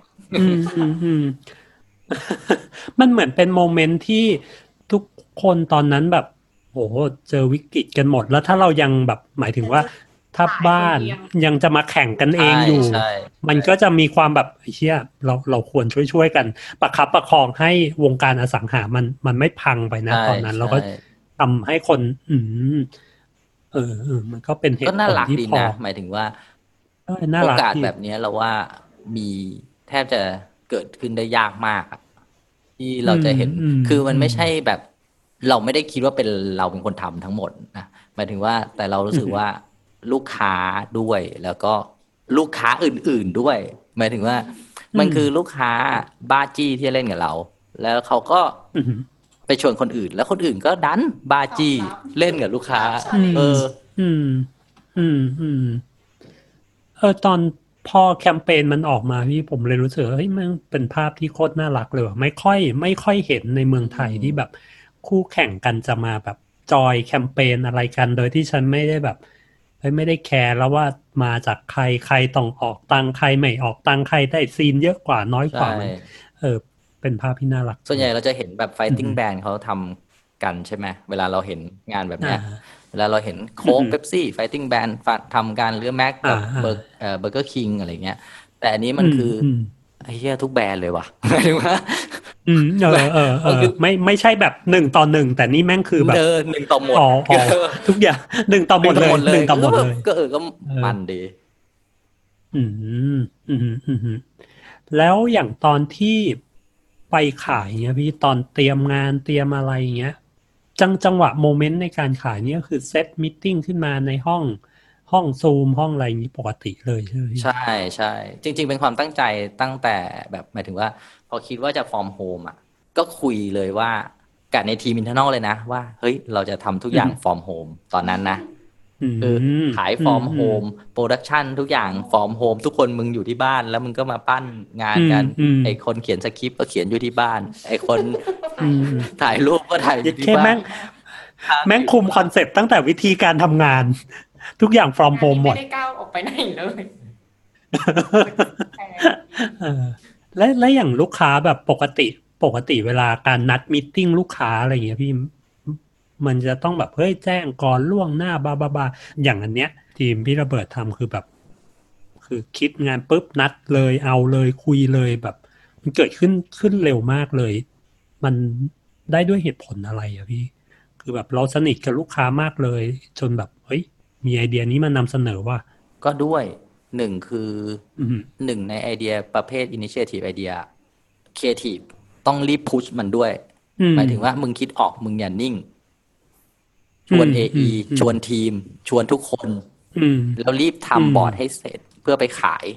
มันเหมือนเป็นโมเมนต์ที่ทุกคนตอนนั้นแบบโอ้โหเจอวิกฤตกันหมดแล้วถ้าเรายังแบบหมายถึงว่าถ้าบ้านยังจะมาแข่งกันเองอยู่มันก็จะมีความแบบเชี่ยเราควรช่วยกันประคับประคองให้วงการอสังหามันไม่พังไปนะตอนนั้นเราก็ทำให้คนมันก็เป็นเหตุผลที่พอหมายถึงว่าโอกาสแบบนี้เราว่ามีแทบจะเกิดขึ้นได้ยากมากที่เราจะเห็นคือมันไม่ใช่แบบเราไม่ได้คิดว่าเป็นเราเป็นคนทำทั้งหมดนะหมายถึงว่าแต่เรารู้สึกว่าลูกค้าด้วยแล้วก็ลูกค้าอื่นๆด้วยหมายถึงว่ามันคือลูกค้าบ้าจี้ที่เล่นกับเราแล้วเขาก็ไปชวนคนอื่นแล้วคนอื่นก็ดันบ้าจี้เล่นกับลูกค้าตอนพอแคมเปญมันออกมาพี่ผมเลยรู้สึกเฮ้ยมันเป็นภาพที่โคตรน่ารักเลยว่ะไม่ค่อยเห็นในเมืองไทยที่แบบคู่แข่งกันจะมาแบบจอยแคมเปญอะไรกันโดยที่ฉันไม่ได้แบบไม่ได้แคร์แล้วว่ามาจากใครต้องออกตังค์ใครไม่ออกตังค์ใครได้ซีนเยอะกว่าน้อยกว่าเป็นภาพที่น่ารักส่วนใหญ่เราจะเห็นแบบ fighting band เขาทำกันใช่ไหมเวลาเราเห็นงานแบบเนี้ยเวลาเราเห็นโค้กเป๊ปซี่ fighting band ทำกันหรือแม็กกับเบอร์เกอร์คิงอะไรเงี้ยแต่อันนี้มันคือไอ้เหี้ยทุกแบรนด์เลยว่ะหมายถึงว่าไม่ใช่แบบ1-1แต่นี่แม่งคือแบบ 1ต่อหมดทุกอย่าง1ต่อหมดเลย1ต่อหมดเลยก็มันดีแล้วอย่างตอนที่ไปขายเงี้ยพี่ตอนเตรียมงานเตรียมอะไรเงี้ยจังหวะโมเมนต์ในการขายนี่ก็คือเซตมีตติ้งขึ้นมาในห้องซูมห้องอะไรนี้ปกติเลยใช่ไหมใช่จริงๆเป็นความตั้งใจตั้งแต่แบบหมายถึงว่าพอคิดว่าจะฟอร์มโฮมอ่ะก็คุยเลยว่ากับในทีมอินเทอร์นอลเลยนะว่าเฮ้ยเราจะทำทุกอย่างฟอร์มโฮมตอนนั้นนะคือขายฟอร์มโฮมโปรดักชันทุกอย่างฟอร์มโฮมทุกคนมึงอยู่ที่บ้านแล้วมึงก็มาปั้นงานกันไอคนเขียนสคริปต์ก็เขียนอยู่ที่บ้านไอคนถ่ายรูปก็ถ่ายอยู่ที่บ้านแม่งคุมคอนเซ็ปต์ตั้งแต่วิธีการทำงานทุกอย่าง from home หมดไม่ได้ก้าวออกไปไหนเลยและอย่างลูกค้าแบบปกติเวลาการนัดมีตติ้งลูกค้าอะไรอย่างเงี้ยพี่มันจะต้องแบบเฮ้ยแจ้งก่อนล่วงหน้าบาอย่างอันเนี้ยทีมพี่ระเบิดทำคือแบบคือคิดงานปุ๊บนัดเลยเอาเลยคุยเลยแบบมันเกิดขึ้นเร็วมากเลยมันได้ด้วยเหตุผลอะไรอะพี่คือแบบเราสนิทกับลูกค้ามากเลยจนแบบเฮ้ยมีไอเดียนี้มานำเสนอว่าก็ด้วย1คือ1ในไอเดียประเภท initiative idea creative ต้องรีบพุชมันด้วยหมายถึงว่ามึงคิดออกมึงอย่านิ่งชวน AE ชวนทีมชวนทุกคนแล้วรีบทำบอร์ดให้เสร็จเพื่อไปขาย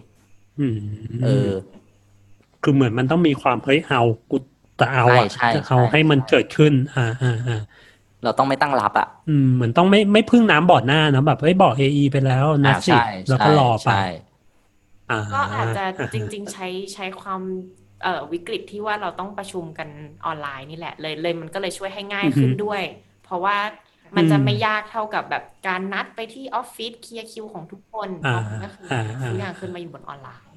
คือเหมือนมันต้องมีความเฮ้ยเอากูจะเอาจะเอาให้มันเกิดขึ้นเราต้องไม่ตั้งรับอ่ะเหมือนต้องไม่พึ่งน้ำบอดหน้านะแบบเฮ้ยบอก AE ไปแล้วนะสิแล้วก็รอไปก็อาจจะจริงๆใช้ความวิกฤตที่ว่าเราต้องประชุมกันออนไลน์นี่แหละเลยมันก็เลยช่วยให้ง่ายขึ้นด้วยเพราะว่ามันจะไม่ยากเท่ากับแบบการนัดไปที่ออฟฟิศเคลียร์คิวของทุกคนก็คือทุกอย่างขึ้นมาอยู่บนออนไลน์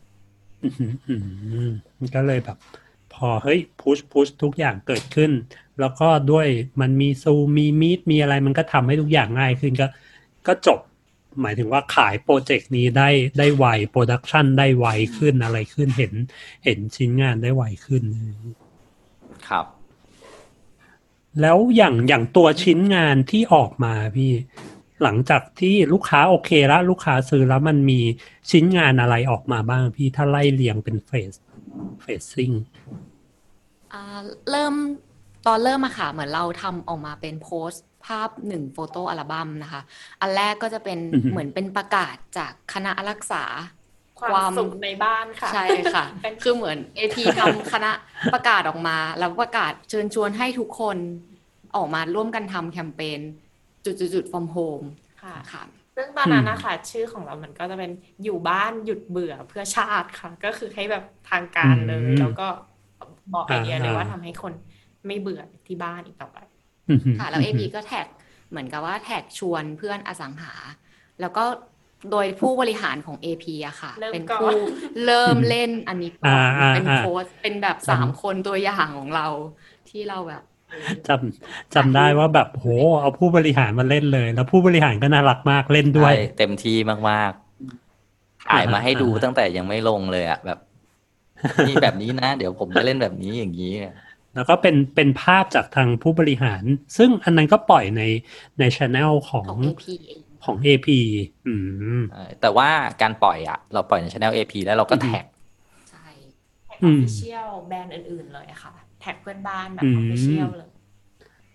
ก็เลยแบบพอเฮ้ยพุชทุกอย่างเกิดขึ้นแล้วก็ด้วยมันมีซูมมีมีตมีอะไรมันก็ทำให้ทุกอย่างง่ายขึ้นก็จบหมายถึงว่าขายโปรเจกต์นี้ได้ไวโปรดักชันได้ไวขึ้นอะไรขึ้นเห็นชิ้นงานได้ไวขึ้นครับแล้วอย่างตัวชิ้นงานที่ออกมาพี่หลังจากที่ลูกค้าโอเคแล้วลูกค้าซื้อแล้วมันมีชิ้นงานอะไรออกมาบ้างพี่ถ้าไล่เรียงเป็นเฟสซิ่งเริ่มอะค่ะเหมือนเราทำออกมาเป็นโพสต์ภาพ1โฟโต้อัลบั้มนะคะอันแรกก็จะเป็นเหมือนเป็นประกาศจากคณะรักษาความสุขในบ้านค่ะใช่ค่ะ คือเหมือน AP ทำคณะประกาศออกมาแล้วประกาศเชิญชวนให้ทุกคนออกมาร่วมกันทำแคมเปญจุดๆ from home ค่ะซึ่งตอนนั้นนะคะชื่อของเรามันก็จะเป็นอยู่บ้านหยุดเบื่อเพื่อชาติค่ะก็คือให้แบบทางการเลยแล้วก็บอกไอเดียเลยว่าทำให้คนไม่เบื่อที่บ้านอีกต่อไปค่ะแล้ว AP ก็แท็กเหมือนกับว่าแท็กชวนเพื่อนอสังหาแล้วก็โดยผู้บริหารของ AP อะค่ะเป็นผู้เริ่มเล่นอันนี้ก่อนเป็นโค้ชเป็นแบบ3คนตัวอย่างของเราที่เราแบบจำได้ว่าแบบโหเอาผู้บริหารมาเล่นเลยแล้วผู้บริหารก็น่ารักมากเล่นด้วยเต็มที่มากๆถ่ายมาให้ดูตั้งแต่ยังไม่ลงเลยอะแบบนี่แบบนี้นะเดี๋ยวผมจะเล่นแบบนี้อย่างนี้แล้วก็เป็นภาพจากทางผู้บริหารซึ่งอันนั้นก็ปล่อยใน channel ของ AP แต่ว่าการปล่อยอะเราปล่อยใน channel AP แล้วเราก็แท็กใช่แท็ก official แบรนด์อื่นๆเลยค่ะแท็กเพื่อนบ้านแบบ official เลย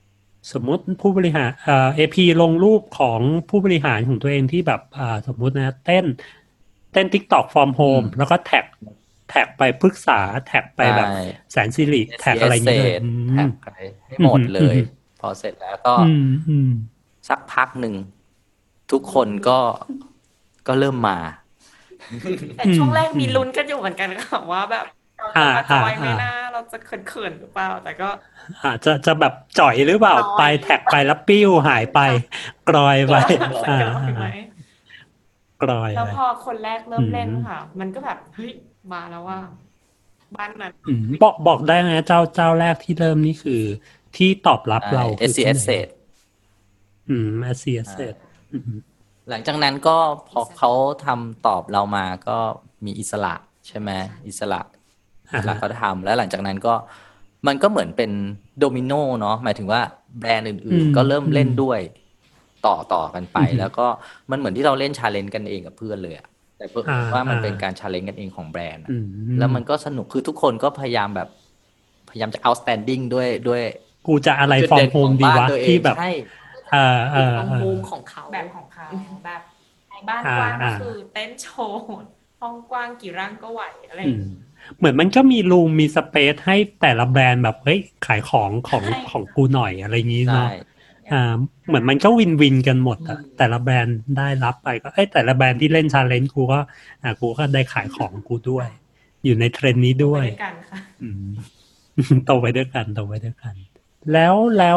สมมุติผู้บริหารAP ลงรูปของผู้บริหารของตัวเองที่แบบสมมุตินะเต้น TikTok from home แล้วก็แท็กไปปรึกษาแท็กไปแบบแสนสิริแท็กอะไรนี้เลยแท็กไปให้หมดเลยพอเสร็จแล้วก็สักพักหนึ่งทุกคนก็เริ่มมาแต่ช่วงแรกมีลุ้นกันอยู่เหมือนกันค่ะว่าแบบเราจะจอยไหมนะเราจะเขินๆหรือเปล่าแต่ก็จะแบบจ่อยหรือเปล่าไปแท็กไปแล้วปิ้วหายไปกรอยไปกรอยแล้วพอคนแรกเริ่มเล่นค่ะมันก็แบบเฮ้ยมาแล้วว่าบ้านนั้นบอกได้ไหมเจ้าแรกที่เริ่มนี่คือที่ตอบรับเราคือ SCS SCS หลังจากนั้นก็พอเขาทำตอบเรามาก็มีอิสระใช่ไหมอิสระเขาทำแล้วหลังจากนั้นก็มันก็เหมือนเป็นโดมิโนเนาะหมายถึงว่าแบรนด์อื่นๆก็เริ่มเล่นด้วยต่อกันไปแล้วก็มันเหมือนที่เราเล่นชาเลนจ์กันเองกับเพื่อนเลยอะแต่เพื่อว่ามันเป็นการชาเลนจ์กันเองของแบรนด์แล้วมันก็สนุกคือทุกคนก็พยายามจะ outstanding ด้วยกูจะอะไรฟอร์มโฮมดีวะที่แบบมุมของเขาแบบแบบในบ้านกว้างก็คือเต้นโชว์ห้องกว้างกี่ร่างก็ไหวอะไรเหมือนมันก็มีรูมมีสเปซให้แต่ละแบรนด์แบบเฮ้ยขายของกูหน่อยอะไรอย่างนี้เนาะเหมือนมันก็วินกันหมดอะแต่ละแบรนด์ได้รับไปก็แต่ละแบรนด์ที่เล่นชาเลนจ์กูก็ได้ขายของกูด้วยอยู่ในเทรนด์นี้ด้วยโตไปด้วยกันแล้ว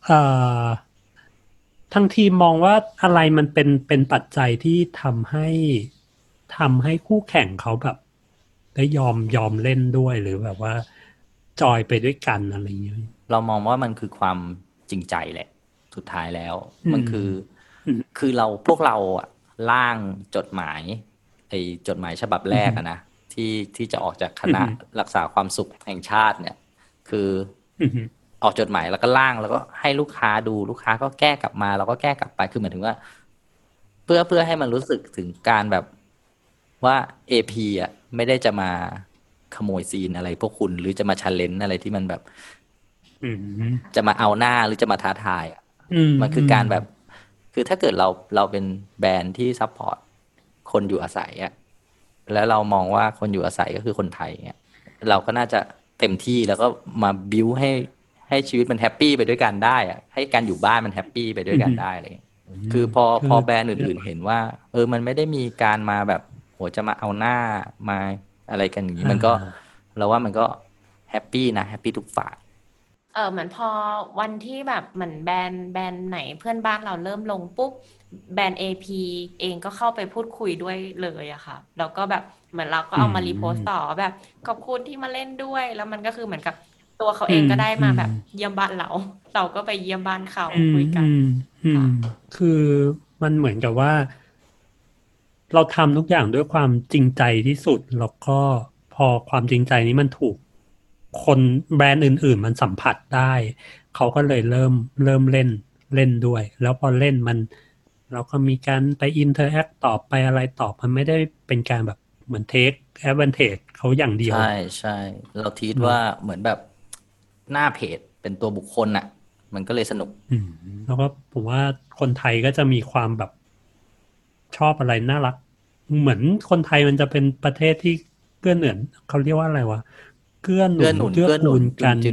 ทั้งทีมมองว่าอะไรมันเป็นปัจจัยที่ทำให้คู่แข่งเขาแบบได้ยอมเล่นด้วยหรือแบบว่าจอยไปด้วยกันอะไรอย่างเงี้ยเรามองว่ามันคือความจริงใจแหละสุดท้ายแล้วมันคือพวกเราร่างจดหมายจดหมายฉบับแรกนะที่จะออกจากคณะรักษาความสุขแห่งชาติเนี่ยคือออกจดหมายแล้วก็ร่างแล้วก็ให้ลูกค้าดูลูกค้าก็แก้กลับมาเราก็แก้กลับไปคือหมายถึงว่าเพื่อให้มันรู้สึกถึงการแบบว่า AP ไม่ได้จะมาขโมยซีนอะไรพวกคุณหรือจะมาชัลเลนจ์อะไรที่มันแบบจะมาเอาหน้าหรือจะมาท้าทายมันคือการแบบคือถ้าเกิดเราเป็นแบรนด์ที่ซัพพอร์ตคนอยู่อาศัยแล้วเรามองว่าคนอยู่อาศัยก็คือคนไทยเนี่ยเราก็น่าจะเต็มที่แล้วก็มาบิวให้ชีวิตมันแฮปปี้ไปด้วยกันได้ให้การอยู่บ้านมันแฮปปี้ไปด้วยกันได้เลยคือพอแบรนด์อื่นๆเห็นว่ามันไม่ได้มีการมาแบบโหจะมาเอาหน้ามาอะไรกันอย่างนี้มันก็เราว่ามันก็แฮปปี้นะแฮปปี้ทุกฝ่ายเหมือนพอวันที่แบบเหมือนแบรนด์ไหนเพื่อนบ้านเราเริ่มลงปุ๊บแบรนด์ AP เองก็เข้าไปพูดคุยด้วยเลยอะค่ะแล้วก็แบบเหมือนเราก็เอามารีโพสต์ต่อแบบขอบคุณที่มาเล่นด้วยแล้วมันก็คือเหมือนกับตัวเขาเองก็ได้มาแบบเยี่ยมบ้านเราก็ไปเยี่ยมบ้านเขาคุยกันคือมันเหมือนกับว่าเราทำทุกอย่างด้วยความจริงใจที่สุดแล้วก็พอความจริงใจนี้มันถูกคนแบรนด์อื่นๆมันสัมผัสได้เขาก็เลยเริ่มเล่นด้วยแล้วพอเล่นมันเราก็มีการไปอินเทอร์แอคตอบไปอะไรตอบมันไม่ได้เป็นการแบบเหมือนเทคแอดวานเทจเขาอย่างเดียวใช่เราทีดว่าเหมือนแบบหน้าเพจเป็นตัวบุคคลมันก็เลยสนุกแล้วก็ผมว่าคนไทยก็จะมีความแบบชอบอะไรน่ารักเหมือนคนไทยมันจะเป็นประเทศที่เกื้อหนุนเขาเรียกว่าอะไรวะเกื้อหนุนกันเกื้อหนุนจุน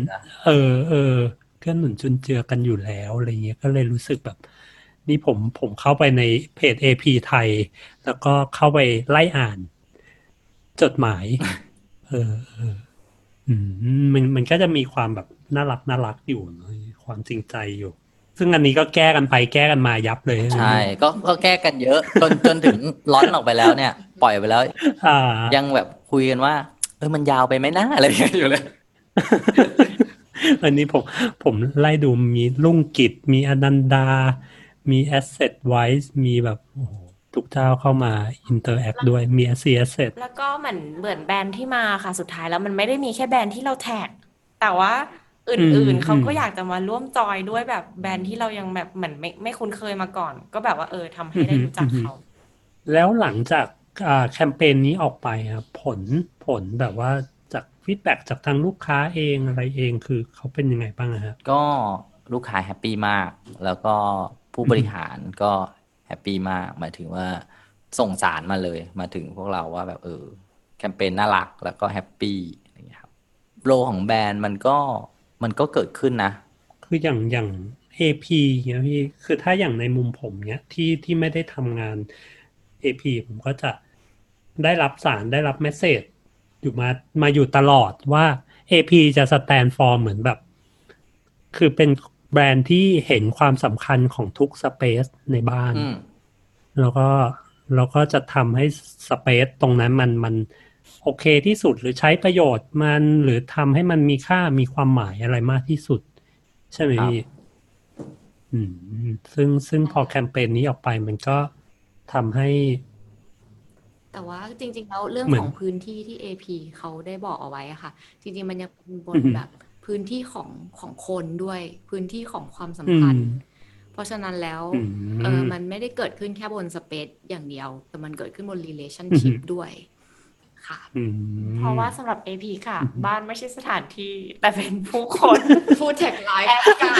เจือกันอยู่แล้วอะไรเงี้ยก็เลยรู้สึกแบบนี่ผมเข้าไปในเพจ AP ไทยแล้วก็เข้าไปไล่อ่านจดหมายมันก็จะมีความแบบน่ารักอยู่ความจริงใจอยู่ซึ่งอันนี้ก็แก้กันไปแก้กันมายับเลยใช่ก็แก้กันเยอะจนถึงร้อนออกไปแล้วเนี่ยปล่อยไปแล้วยังแบบคุยกันว่ามันยาวไปไหมนะอะไรอย่างเงี้ยอยู่เลยอันนี้ผมไล่ดูมีลุ่งกิจมีอนันดามี Asset Wise มีแบบทุกเจ้าเข้ามา Interact ด้วยมี Asset แล้วก็เหมือนแบรนด์ที่มาค่ะสุดท้ายแล้วมันไม่ได้มีแค่แบรนด์ที่เราแท็กแต่ว่าอื่นๆเขาก็อยากจะมาร่วมจอยด้วยแบบแบรนด์ที่เรายังแบบเหมือนไม่คุ้นเคยมาก่อนก็แบบว่าทำให้ได้รู้จักเขาแล้วหลังจากแคมเปญนี้ออกไปครับผลแบบว่าจากฟีดแบ็กจากทางลูกค้าเองอะไรเองคือเขาเป็นยังไงบ้างครับก็ลูกค้าแฮปปี้มากแล้วก็ผู้บริหารก็แฮปปี้มากหมายถึงว่าส่งสารมาเลยมาถึงพวกเราว่าแบบแคมเปญน่ารักแล้วก็แฮปปี้อะไรอย่างเงี้ยครับโลของแบรนด์มันก็เกิดขึ้นนะคืออย่าง AP เนี่ยพี่คือถ้าอย่างในมุมผมเนี่ยที่ไม่ได้ทำงาน AP ผมก็จะได้รับสารได้รับเมสเสจอยู่มาอยู่ตลอดว่า AP จะสแตนด์ฟอร์เหมือนแบบคือเป็นแบรนด์ที่เห็นความสำคัญของทุกสเปซในบ้านแล้วก็จะทำให้สเปซตรงนั้นมันโอเคที่สุดหรือใช้ประโยชน์มันหรือทำให้มันมีค่ามีความหมายอะไรมากที่สุดใช่ไหมพี่ซึ่งพอแคมเปญนี้ออกไปมันก็ทำให้แต่ว่าจริงๆแล้วเรื่องของพื้นที่ที่ AP เขาได้บอกเอาไว้อะค่ะจริงๆมันยังเป็นบนแบบพื้นที่ของคนด้วยพื้นที่ของความสัมพันธ์เพราะฉะนั้นแล้วมันไม่ได้เกิดขึ้นแค่บนสเปซอย่างเดียวแต่มันเกิดขึ้นบน relationship ด้วยค่ะเพราะว่าสำหรับ AP ค่ะบ้านไม่ใช่สถานที่แต่เป็นผู้คนพูดแท็กไลน์กัน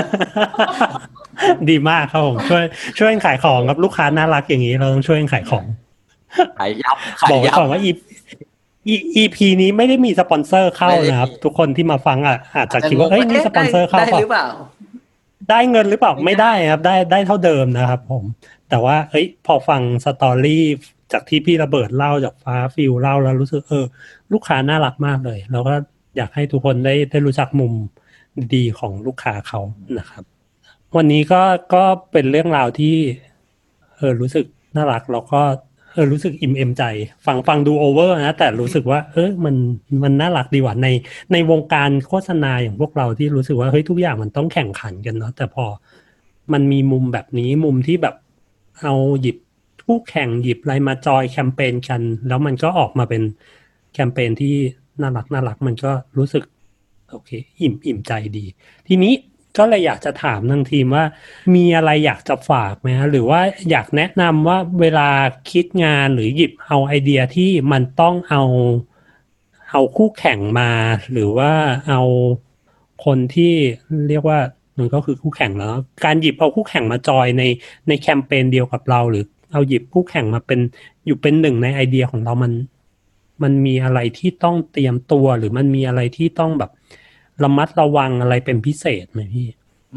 ดีมากครับผมช่วยขายของครับลูกค้าน่ารักอย่างนี้เราต้องช่วยขายของขายยับบอกไว้ก่อนว่า EP นี้ไม่ได้มีสปอนเซอร์เข้านะครับทุกคนที่มาฟังอาจจะคิดว่าเอ้ยมีสปอนเซอร์เข้าได้หรือเปล่าได้เงินหรือเปล่าไม่ได้ครับได้เท่าเดิมนะครับผมแต่ว่าพอฟังสตอรี่จากที่พี่ระเบิดเล่าจากฟ้าฟิลเล่าแล้วรู้สึกลูกค้าน่ารักมากเลยแล้วก็อยากให้ทุกคนได้รู้จักมุมดีของลูกค้าเขานะครับวันนี้ก็เป็นเรื่องราวที่รู้สึกน่ารักแล้วก็รู้สึกอิ่มเอมใจฟังดูโอเวอร์นะแต่รู้สึกว่ามันน่ารักดีกว่าในวงการโฆษณาอย่างพวกเราที่รู้สึกว่าทุกอย่างมันต้องแข่งขันกันเนาะแต่พอมันมีมุมแบบนี้มุมที่แบบเอาหยิบคู่แข่งหยิบอะไรมาจอยแคมเปญกันแล้วมันก็ออกมาเป็นแคมเปญที่น่ารักมันก็รู้สึกโอเคอิ่มใจดีทีนี้ก็เลยอยากจะถามทางทีมว่ามีอะไรอยากจะฝากไหมฮะหรือว่าอยากแนะนำว่าเวลาคิดงานหรือหยิบเอาไอเดียที่มันต้องเอาคู่แข่งมาหรือว่าเอาคนที่เรียกว่ามันก็คือคู่แข่งแล้วการหยิบเอาคู่แข่งมาจอยในแคมเปญเดียวกับเราหรือเอาหยิบคู่แข่งมาเป็นหนึ่งในไอเดียของเรามันมีอะไรที่ต้องเตรียมตัวหรือมันมีอะไรที่ต้องแบบระมัดระวังอะไรเป็นพิเศษไหมพี่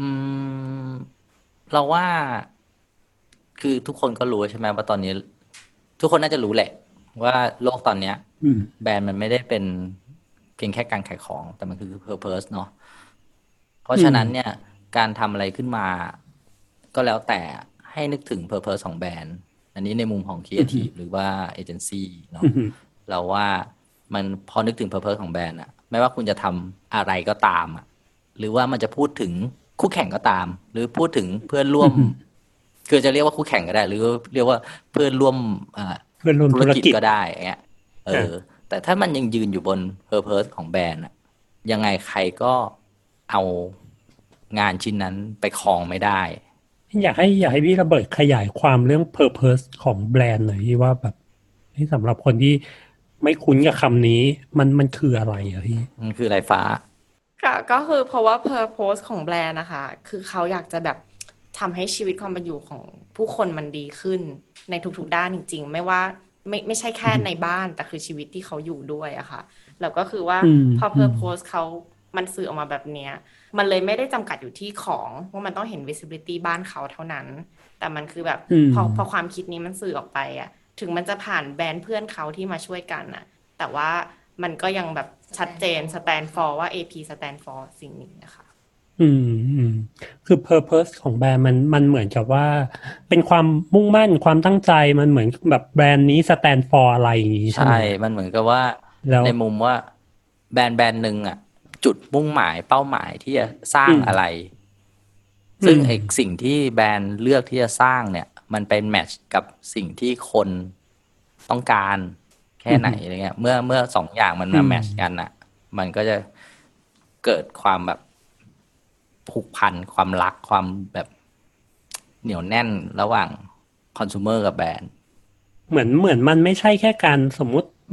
เราว่าคือทุกคนก็รู้ใช่ไหมว่าตอนนี้ทุกคนน่าจะรู้แหละว่าโลกตอนเนี้ยแบรนด์มันไม่ได้เป็นเพียงแค่การขายของแต่มันคือ purpose เนาะเพราะฉะนั้นเนี่ยการทำอะไรขึ้นมาก็แล้วแต่ให้นึกถึง purpose ของแบรนด์อันนี้ในมุมของ creative หรือว่าเอเจนซี่เนาะเราว่ามันพอนึกถึง purpose ของแบรนด์อะไม่ว่าคุณจะทำอะไรก็ตามอะหรือว่ามันจะพูดถึงคู่แข่งก็ตามหรือพูดถึงเพื่อนร่วมคือจะเรียกว่าคู่แข่งก็ได้หรือเรียกว่าเพื่อนร่วมธุรกิจก็ได้เงี้ยแต่ถ้ามันยังยืนอยู่บน purpose ของแบรนด์อะยังไงใครก็เอางานชิ้นนั้นไปครองไม่ได้อยากให้พี่ระเบิดขยายความเรื่อง purpose ของแบรนด์หน่อยที่ว่าแบบที่สำหรับคนที่ไม่คุ้นกับคำนี้มันคืออะไรอะพี่มันคืออะไรฟ้าค่ะก็คือเพราะว่า purpose ของแบรนด์นะคะคือเขาอยากจะแบบทำให้ชีวิตความเป็นอยู่ของผู้คนมันดีขึ้นในทุกๆด้านจริงๆไม่ว่าไม่ใช่แค่ในบ้านแต่คือชีวิตที่เขาอยู่ด้วยอะค่ะแล้วก็คือว่าพอ purpose เขามันสื่อออกมาแบบเนี้ยมันเลยไม่ได้จำกัดอยู่ที่ของว่ามันต้องเห็น visibility บ้านเขาเท่านั้นแต่มันคือแบบพอความคิดนี้มันสื่อออกไปอะถึงมันจะผ่านแบรนด์เพื่อนเขาที่มาช่วยกันน่ะแต่ว่ามันก็ยังแบบชัดเจน stand for ว่า AP stand for สิ่งนี้นะคะคือ purpose ของแบรนด์มันเหมือนกับว่าเป็นความมุ่งมั่นความตั้งใจมันเหมือนแบบแบรนด์นี้ stand for อะไรอย่างนี้ใช่ไหมใช่มันเหมือนกับว่าในมุมว่าแบรนด์หนึ่งอ่ะจุดมุ่งหมายเป้าหมายที่จะสร้างอะไรซึ่งไอ้สิ่งที่แบรนด์เลือกที่จะสร้างเนี่ยมันเป็นแมทช์กับสิ่งที่คนต้องการแค่ไหนอะไรเงี้ยเมื่อสองอย่างมันมาแมทช์กันอ่ะมันก็จะเกิดความแบบผูกพันความรักความแบบเหนียวแน่นระหว่างคอน sumer กับแบรนด์เหมือนมันไม่ใช่แค่การสมมุติ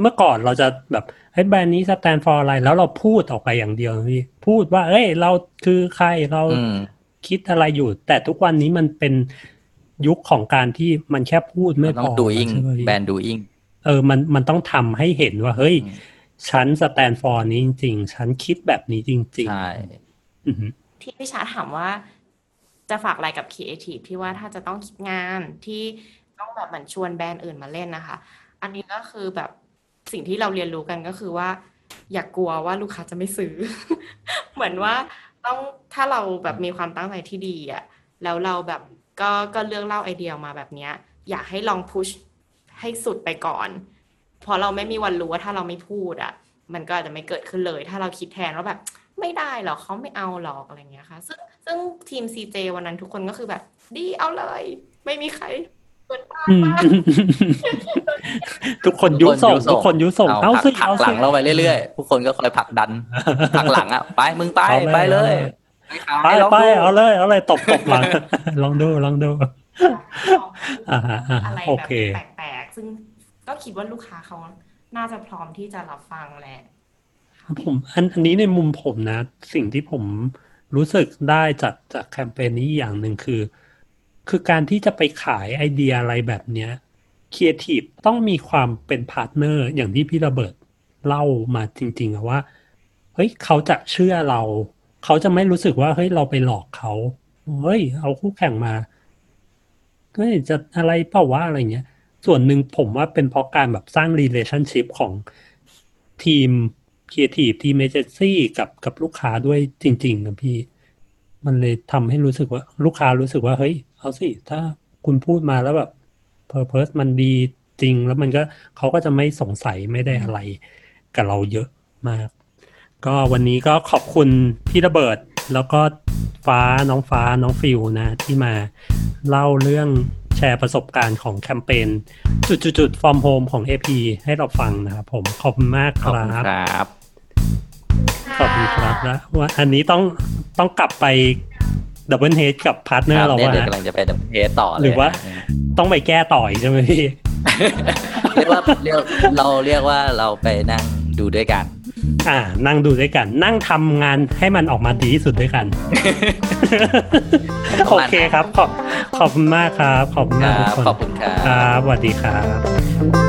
เมื่อก่อนเราจะแบบแบรนด์นี้ stand for อะไรแล้วเราพูดออกไปอย่างเดียวพี่พูดว่าเราคือใครเราคิดอะไรอยู่แต่ทุกวันนี้มันเป็นยุคของการที่มันแค่พูดไม่พอต้อง doing แบรนด์ doing มันต้องทำให้เห็นว่าเฮ้ยฉัน stand for นี้จริงๆฉันคิดแบบนี้จริงๆใช่ที่พี่ชาถามว่าจะฝากอะไรกับ creative ที่ว่าถ้าจะต้องคิดงานที่ต้องแบบเหมือนชวนแบรนด์อื่นมาเล่นนะคะอันนี้ก็คือแบบสิ่งที่เราเรียนรู้กันก็คือว่าอย่ากลัวว่าลูกค้าจะไม่ซื้อ เหมือนว่าต้องถ้าเราแบบมีความตั้งใจที่ดีอ่ะแล้วเราแบบก็เลือกเล่าไอเดียมาแบบเนี้ยอยากให้ลองพุชให้สุดไปก่อนเพราะเราไม่มีวันรู้ว่าถ้าเราไม่พูดอ่ะมันก็อาจจะไม่เกิดขึ้นเลยถ้าเราคิดแทนว่าแบบไม่ได้หรอกเขาไม่เอาหรอกอะไรเงี้ยค่ะซึ่งทีม CJ วันนั้นทุกคนก็คือแบบดีเอาเลยไม่มีใครทุกคนยุส่งเอาสิผลักหลังเราไปเรื่อยๆผู้คนก็คอยผลักดันผลักหลังอ่ะไปมึงไปเลยไปเอาเลยตบหลังลองดูอะไรแบบแปลกๆซึ่งก็คิดว่าลูกค้าเขาน่าจะพร้อมที่จะรับฟังแหละผมอันนี้ในมุมผมนะสิ่งที่ผมรู้สึกได้จากแคมเปญนี้อย่างหนึ่งคือการที่จะไปขายไอเดียอะไรแบบเนี้ยครีเอทีฟต้องมีความเป็นพาร์ทเนอร์อย่างที่พี่ระเบิดเล่ามาจริงๆว่าเฮ้ยเขาจะเชื่อเราเขาจะไม่รู้สึกว่าเฮ้ยเราไปหลอกเขาเฮ้ยเอาคู่แข่งมาเฮ้ยจะอะไรเปล่าวะอะไรเงี้ยส่วนหนึ่งผมว่าเป็นเพราะการแบบสร้าง relationship ของทีมครีเอทีฟทีมเอเจนซี่กับลูกค้าด้วยจริงๆนะพี่มันเลยทำให้รู้สึกว่าลูกค้ารู้สึกว่าเฮ้ยเอาสิถ้าคุณพูดมาแล้วแบบpurpose มันดีจริงแล้วมันก็เขาก็จะไม่สงสัยไม่ได้อะไรกับเราเยอะมากก็วันนี้ก็ขอบคุณพี่ระเบิดแล้วก็น้องฟิวนะที่มาเล่าเรื่องแชร์ประสบการณ์ของแคมเปญจุด from home ของ AP ให้เราฟังนะครับผมขอบคุณมากครับขอบคุณครับนะว่าอันนี้ต้องกลับไปดับเบิลเฮดกับพาร์ทเนอร์เราว่ากำลังจะไปดับเบิลเฮดต่อเลยหรือว่าต้องไปแก้ต่อใช่ไหมพี่เรียกว่าเราไปนั่งดูด้วยกันนั่งดูด้วยกันนั่งทำงานให้มันออกมาดีที่สุดด้วยกัน โอเคครับขอบคุณมากครับขอบคุณมากทุกคนขอบคุณครับสวัสดีครับ